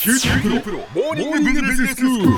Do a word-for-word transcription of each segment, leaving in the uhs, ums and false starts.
キューティープロモーニングビジネススクール。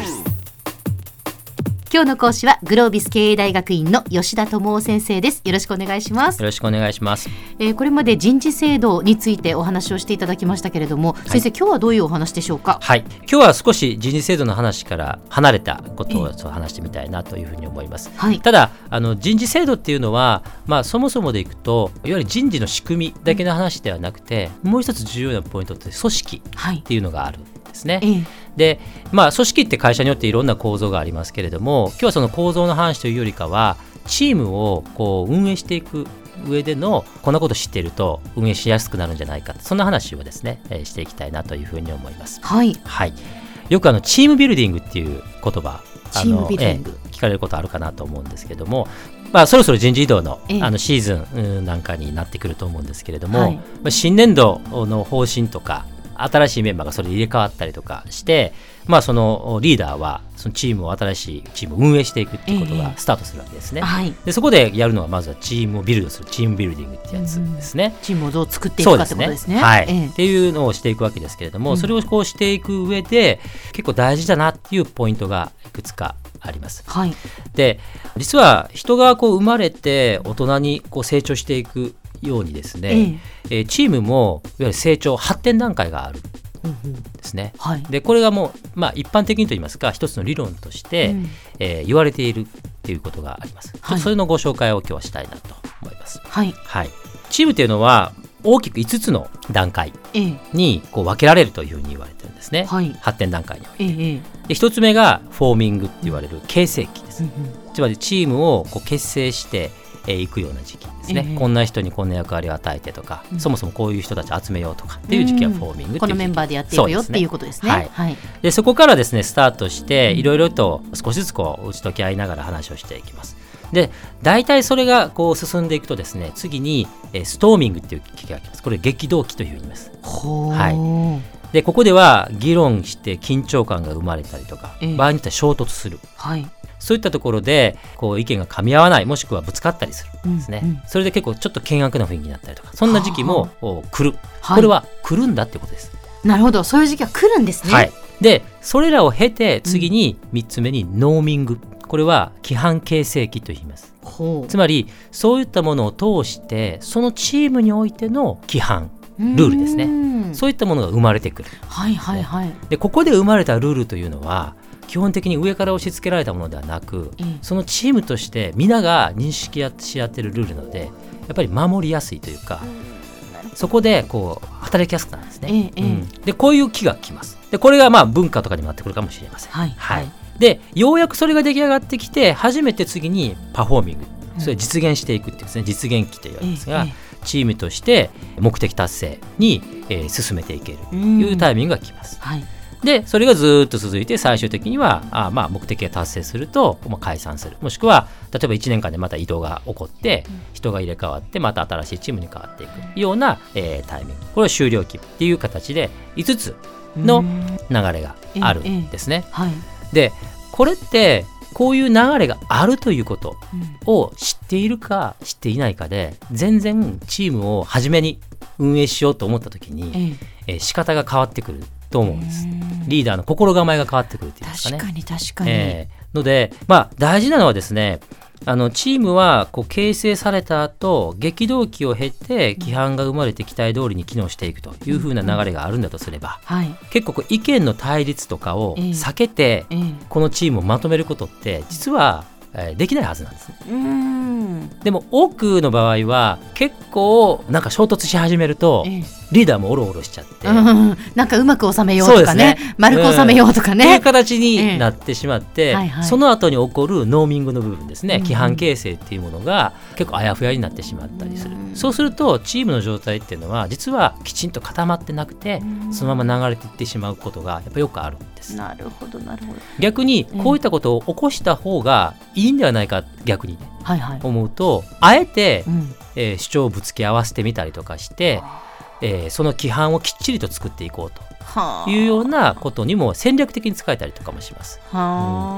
今日の講師はグロービス経営大学院の吉田智夫先生です。よろしくお願いします。 よろしくお願いします。 えー、これまで人事制度についてお話をしていただきましたけれども、はい、先生今日はどういうお話でしょうか。 はい、今日は少し人事制度の話から離れたことを話してみたいなというふうに思います。はい、ただあの人事制度っていうのは、まあ、そもそもでいくといわゆる人事の仕組みだけの話ではなくて、うん、もう一つ重要なポイントとして組織っていうのがあるんですね。はい、でまあ、組織って会社によっていろんな構造がありますけれども、今日はその構造の話というよりかはチームをこう運営していく上でのこんなこと知っていると運営しやすくなるんじゃないか、そんな話をですね、えー、していきたいなというふうに思います。 はい、 はい、よくあのチームビルディングっていう言葉チームビルディング、 えー、聞かれることあるかなと思うんですけれども、まあ、そろそろ人事異動 の,、えー、あのシーズンなんかになってくると思うんですけれども、はい、まあ、新年度の方針とか新しいメンバーがそれで入れ替わったりとかして、まあ、そのリーダーはそのチームを新しいチームを運営していくっていうことがスタートするわけですね。えーはい、でそこでやるのはまずはチームをビルドするチームビルディングってやつですね。 チームをどう作っていくかってことですね。 はい、 えー、 っていうのをしていくわけですけれども、うん、それをこうしていく上で結構大事だなっていうポイントがいくつかあります。 はい、で実は人がこう生まれて大人にこう成長していくようにですね、えーえー、チームもいわゆる成長発展段階があるですね。うんうん、はい、でこれがもう、まあ、一般的にといいますか一つの理論として、うん、えー、言われているっていうことがあります。はい、それのご紹介を今日はしたいなと思います。はいはい、チームというのは大きくいつつの段階にこう分けられるというふうに言われてるんですね。はい、発展段階において、ええ、でひとつめがフォーミングって言われる形成期です。うんうん、つまりチームをこう結成していくような時期ですね。えー、こんな人にこんな役割を与えてとか、うん、そもそもこういう人たち集めようとかっていう時期はフォーミングっていう時期、 このメンバーでやっていくよっていうことですね。はいはい、 でそこからですねスタートしていろいろと少しずつこう打ち解き合いながら話をしていきます。で大体それがこう進んでいくとですね、次にえストーミングっていう期が来ます。これ激動期というふうに言います。はい、でここでは議論して緊張感が生まれたりとか、えー、場合によっては衝突する、はい、そういったところでこう意見が噛み合わない、もしくはぶつかったりするんですね。うんうん、それで結構ちょっと険悪な雰囲気になったりとか、そんな時期も来る、はい、これは来るんだってことです。 なるほど、そういう時期は来るんですね。 はい、でそれらを経て次にみっつめにノーミング、これは規範形成期と言います。つまりそういったものを通してそのチームにおいての規範ルールですね、そういったものが生まれてくる。 はいはいはい、でここで生まれたルールというのは基本的に上から押し付けられたものではなく、うん、そのチームとして皆が認識し合っているルールなのでやっぱり守りやすいというか、うん、そこでこう働きやすくなるんですね。うんうん、でこういう気がきます。でこれがまあ文化とかにもなってくるかもしれません。はいはい、でようやくそれが出来上がってきて初めて次にパフォーミング、それを実現していくっていうですね、実現期と言われますが、チームとして目的達成に、えー、進めていけるというタイミングが来ます。はい、でそれがずっと続いて最終的にはあ、まあ、目的が達成すると、まあ、解散する、もしくは例えばいちねんかんでまた移動が起こって人が入れ替わってまた新しいチームに変わっていくような、えー、タイミング、これは終了期っていう形でいつつの流れがあるんですね。はい、でこれってこういう流れがあるということを知っているか知っていないかで全然チームを初めに運営しようと思った時に、えー、仕方が変わってくると思うんです。リーダーの心構えが変わってくるっていうんですかね。 確かに確かに、 えー、ので、まあ、大事なのはですね、あのチームはこう形成された後激動期を経て規範が生まれて期待通りに機能していくという風な流れがあるんだとすれば、うんはい、結構こう意見の対立とかを避けて、えーえー、このチームをまとめることって実はえー、できないはずなんですね。うーん、でも多くの場合は結構なんか衝突し始めると、えー、リーダーもオロオロしちゃって、うん、 なんかうまく収めようとか ね, ね丸く収めようとかね、 うん、っていう形になってしまって、えーはいはい、その後に起こるノーミングの部分ですね、うんうん、規範形成っていうものが結構あやふやになってしまったりする、うん、そうするとチームの状態っていうのは実はきちんと固まってなくて、うん、そのまま流れていってしまうことがやっぱよくあるんです。 なるほどなるほど。 逆にこういったことを起こした方がいいんではないか、逆に、ねはいはい、思うとあえて、うんえー、主張をぶつけ合わせてみたりとかして、えー、その規範をきっちりと作っていこうというようなことにも戦略的に使えたりとかもします。は、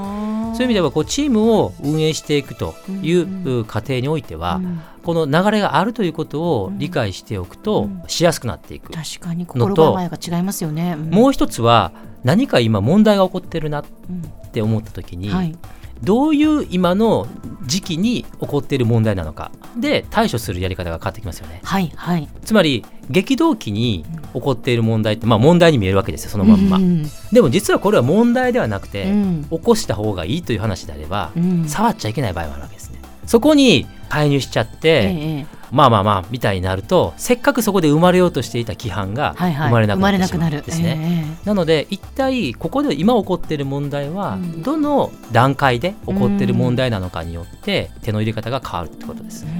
そういう意味ではこうチームを運営していくという過程においては、うん、この流れがあるということを理解しておくとしやすくなっていくのと、 確かに心構えが違いますよね、うん、 もう一つは何か今問題が起こってるなって思った時に、うんはい、どういう今の時期に起こっている問題なのかで対処するやり方が変わってきますよね、 はいはい、 つまり激動期に起こっている問題って、まあ、問題に見えるわけですよそのまんま、うん、でも実はこれは問題ではなくて、うん、起こした方がいいという話であれば、うん、触っちゃいけない場合もあるわけですね。そこに介入しちゃって、ええ、まあまあまあみたいになるとせっかくそこで生まれようとしていた規範が生まれなくなってしまうんですね、はいはい、な, えー、なので一体ここで今起こっている問題はどの段階で起こっている問題なのかによって手の入れ方が変わるってことです、うん、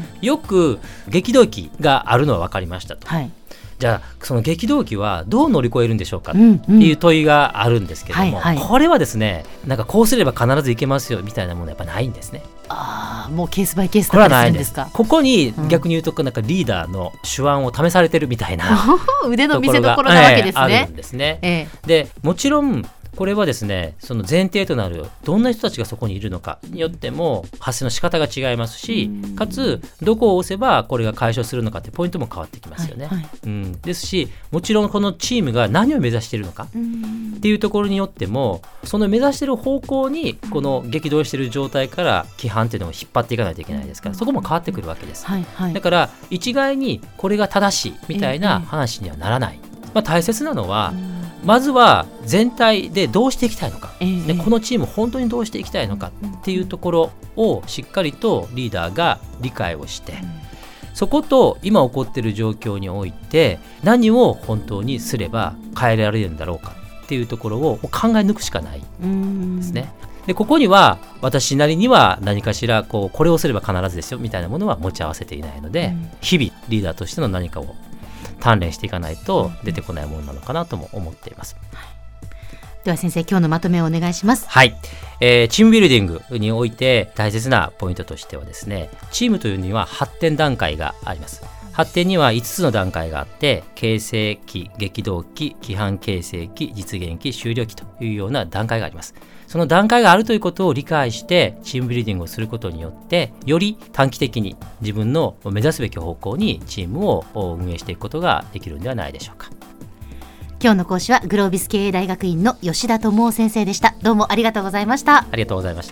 よく激動期があるのは分かりましたと、はい、じゃあその激動期はどう乗り越えるんでしょうかっていう問いがあるんですけども、うんうんはいはい、これはですねなんかこうすれば必ずいけますよみたいなものはやっぱないんですね。 あもうケースバイケースだったりするんですか。 ここに逆に言うとなんかリーダーの手腕を試されてるみたいな腕の見せ所なわけですね、 えー、あるんですね、えー、でもちろんこれはですねその前提となるどんな人たちがそこにいるのかによっても発生の仕方が違いますし、かつどこを押せばこれが解消するのかってポイントも変わってきますよね、はいはい、うん、ですしもちろんこのチームが何を目指しているのかっていうところによってもその目指している方向にこの激動している状態から規範っていうのを引っ張っていかないといけないですからそこも変わってくるわけです、はいはい、だから一概にこれが正しいみたいな話にはならない、まあ、大切なのはまずは全体でどうしていきたいのか、えー、でこのチーム本当にどうしていきたいのかっていうところをしっかりとリーダーが理解をして、うん、そこと今起こっている状況において何を本当にすれば変えられるんだろうかっていうところを考え抜くしかないですね。でここには私なりには何かしらこうこれをすれば必ずですよみたいなものは持ち合わせていないので、うん、日々リーダーとしての何かを鍛錬していかないと出てこないものなのかなとも思っています、うん、 では先生今日のまとめをお願いします。 はい、えー、チームビルディングにおいて大切なポイントとしてはですねチームというには発展段階があります。発展にはいつつの段階があって形成期、激動期、規範形成期、実現期、終了期というような段階があります。その段階があるということを理解してチームビルディングをすることによってより短期的に自分の目指すべき方向にチームを運営していくことができるのではないでしょうか。 今日の講師はグロービス経営大学院の吉田智夫先生でした。どうもありがとうございました。 ありがとうございました。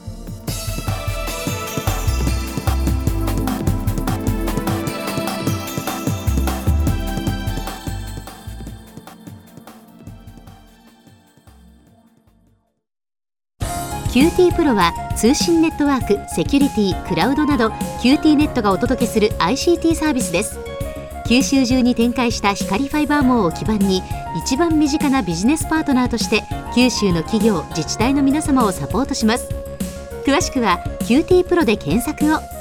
キューティー プロは通信ネットワーク、セキュリティ、クラウドなど キューティー ネットがお届けする アイシーティー サービスです。九州中に展開した光ファイバー網を基盤に一番身近なビジネスパートナーとして九州の企業、自治体の皆様をサポートします。詳しくは キューティー プロで検索を。